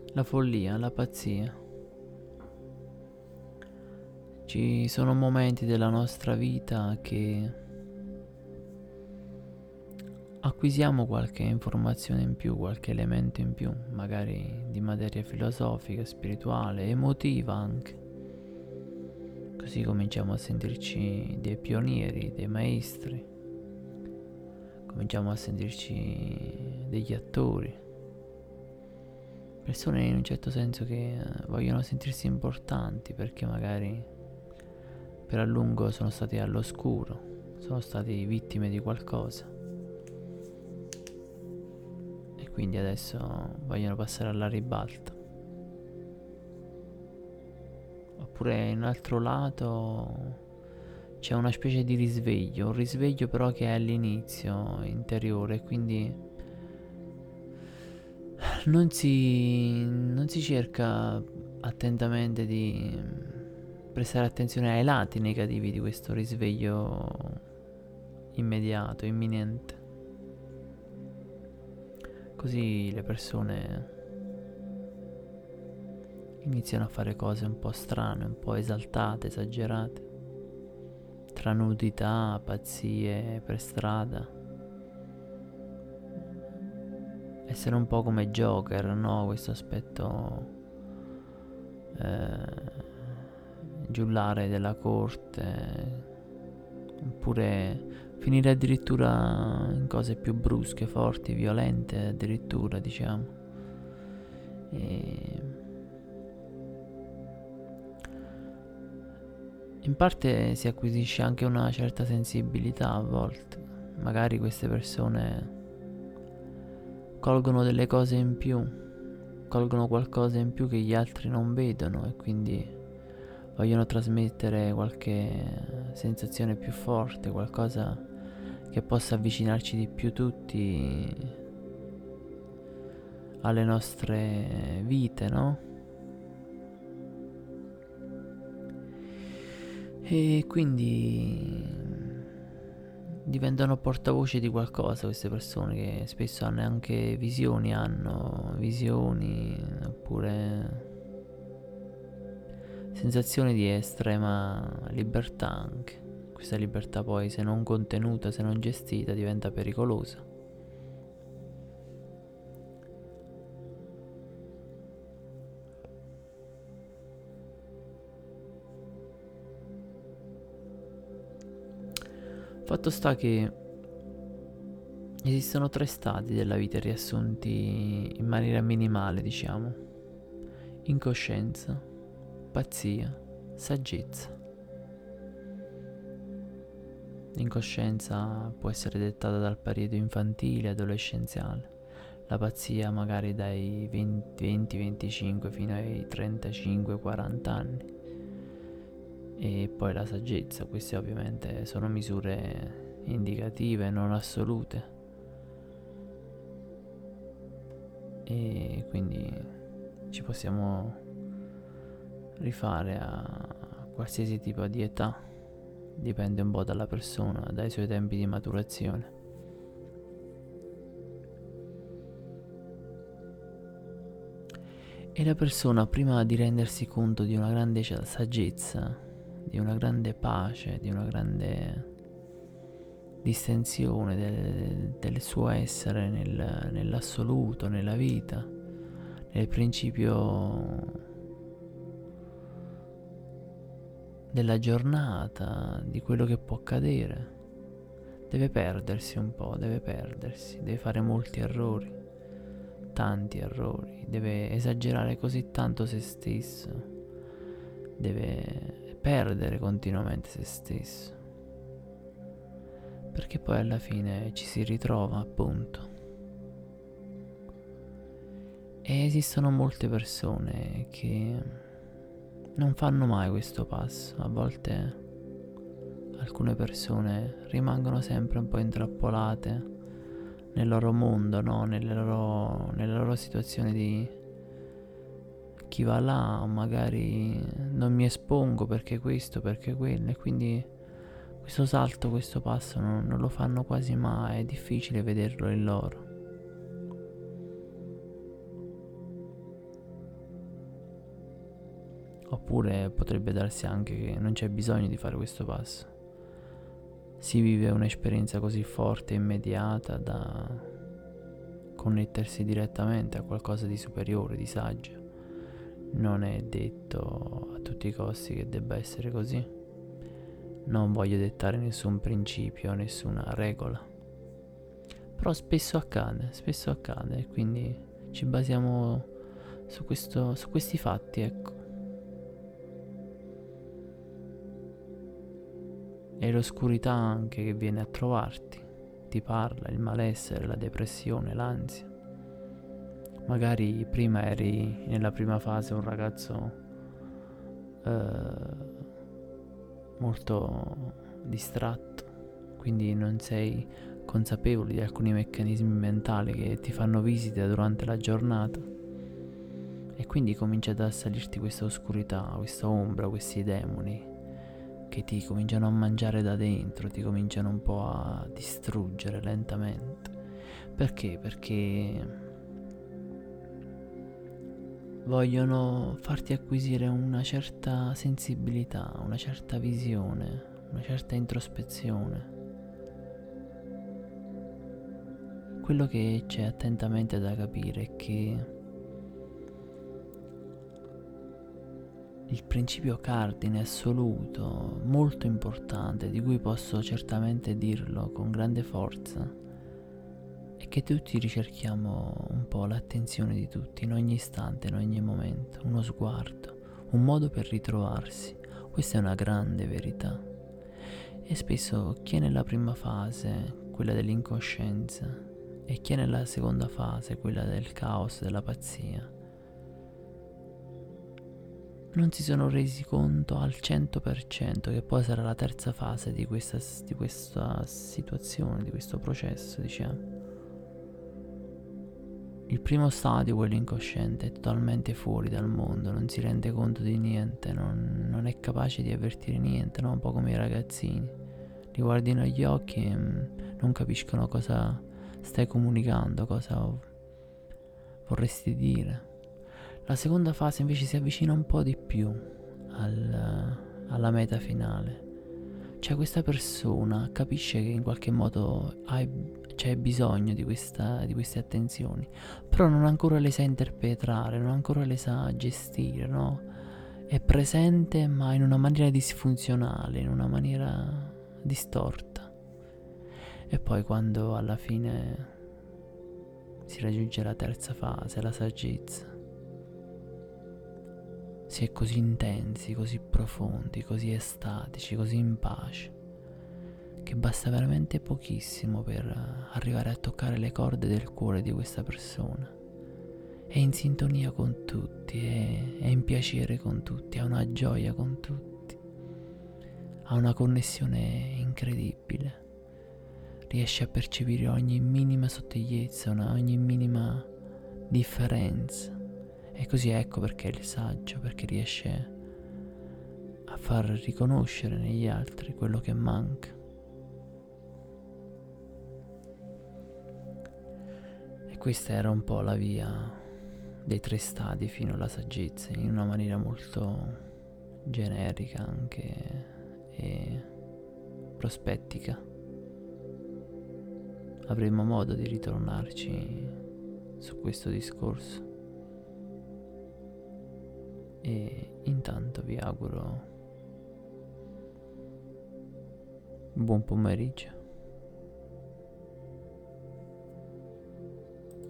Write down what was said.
la follia, la pazzia. Ci sono momenti della nostra vita che acquisiamo qualche informazione in più, qualche elemento in più, magari di materia filosofica, spirituale, emotiva anche. Così cominciamo a sentirci dei pionieri, dei maestri, cominciamo a sentirci degli attori, persone in un certo senso che vogliono sentirsi importanti perché magari per a lungo sono stati all'oscuro, sono stati vittime di qualcosa e quindi adesso vogliono passare alla ribalta. Oppure in un altro lato c'è una specie di risveglio, un risveglio però che è all'inizio interiore, quindi non si cerca attentamente di prestare attenzione ai lati negativi di questo risveglio immediato, imminente. Così le persone iniziano a fare cose un po' strane, un po' esaltate, esagerate, tra nudità, pazzie per strada. Essere un po' come Joker, no? Questo aspetto giullare della corte, oppure finire addirittura in cose più brusche, forti, violente, addirittura diciamo. E in parte si acquisisce anche una certa sensibilità a volte. Magari queste persone colgono delle cose in più, colgono qualcosa in più che gli altri non vedono e quindi vogliono trasmettere qualche sensazione più forte, qualcosa che possa avvicinarci di più tutti alle nostre vite, no? E quindi diventano portavoce di qualcosa queste persone che spesso hanno visioni oppure sensazioni di estrema libertà anche. Questa libertà poi se non contenuta, se non gestita diventa pericolosa. Fatto sta che esistono tre stadi della vita riassunti in maniera minimale, diciamo. Incoscienza, pazzia, saggezza. L'incoscienza può essere dettata dal periodo infantile, adolescenziale. La pazzia magari dai 20-25 fino ai 35-40 anni. E poi la saggezza, queste ovviamente sono misure indicative, non assolute. E quindi ci possiamo rifare a qualsiasi tipo di età, dipende un po' dalla persona, dai suoi tempi di maturazione. E la persona, prima di rendersi conto di una grande saggezza, di una grande pace, di una grande distensione del suo essere nell'assoluto, nella vita, nel principio della giornata, di quello che può accadere, deve perdersi un po', deve fare molti errori, tanti errori, deve esagerare così tanto se stesso, deve perdere continuamente se stesso, perché poi alla fine ci si ritrova, appunto. E esistono molte persone che non fanno mai questo passo. A volte alcune persone rimangono sempre un po' intrappolate nel loro mondo, no? Nella loro situazione di chi va là, o magari non mi espongo perché questo, perché quello, e quindi questo salto, questo passo non lo fanno quasi mai, è difficile vederlo in loro. Oppure potrebbe darsi anche che non c'è bisogno di fare questo passo. Si vive un'esperienza così forte e immediata da connettersi direttamente a qualcosa di superiore, di saggio. Non è detto a tutti i costi che debba essere così. Non voglio dettare nessun principio, nessuna regola. Però spesso accade, quindi ci basiamo su questi fatti, ecco. È l'oscurità anche che viene a trovarti, ti parla, il malessere, la depressione, l'ansia. Magari prima eri nella prima fase un ragazzo molto distratto, quindi non sei consapevole di alcuni meccanismi mentali che ti fanno visita durante la giornata e quindi comincia ad assalirti questa oscurità, questa ombra, questi demoni che ti cominciano a mangiare da dentro, ti cominciano un po' a distruggere lentamente. Perché? Perché vogliono farti acquisire una certa sensibilità, una certa visione, una certa introspezione. Quello che c'è attentamente da capire è che il principio cardine assoluto, molto importante, di cui posso certamente dirlo con grande forza, è che tutti ricerchiamo un po' l'attenzione di tutti, in ogni istante, in ogni momento, uno sguardo, un modo per ritrovarsi. Questa è una grande verità. E spesso chi è nella prima fase, quella dell'incoscienza, e chi è nella seconda fase, quella del caos, della pazzia, non si sono resi conto al 100% che poi sarà la terza fase di questa situazione, di questo processo, diciamo. Il primo stadio, quello incosciente, è totalmente fuori dal mondo, non si rende conto di niente, non è capace di avvertire niente, no? Un po' come i ragazzini. Li guardi negli occhi e non capiscono cosa stai comunicando, cosa vorresti dire. La seconda fase invece si avvicina un po' di più alla meta finale. Cioè questa persona capisce che in qualche modo c'è bisogno di queste attenzioni, però non ancora le sa interpretare, non ancora le sa gestire, no? È presente ma in una maniera disfunzionale, in una maniera distorta. E poi quando alla fine si raggiunge la terza fase, la saggezza, si è così intensi, così profondi, così estatici, così in pace, che basta veramente pochissimo per arrivare a toccare le corde del cuore di questa persona. È in sintonia con tutti, è in piacere con tutti, ha una gioia con tutti, ha una connessione incredibile, riesce a percepire ogni minima sottigliezza, ogni minima differenza. E così ecco perché è il saggio, perché riesce a far riconoscere negli altri quello che manca. E questa era un po' la via dei 3 stadi fino alla saggezza, in una maniera molto generica anche e prospettica. Avremo modo di ritornarci su questo discorso. E intanto vi auguro buon pomeriggio.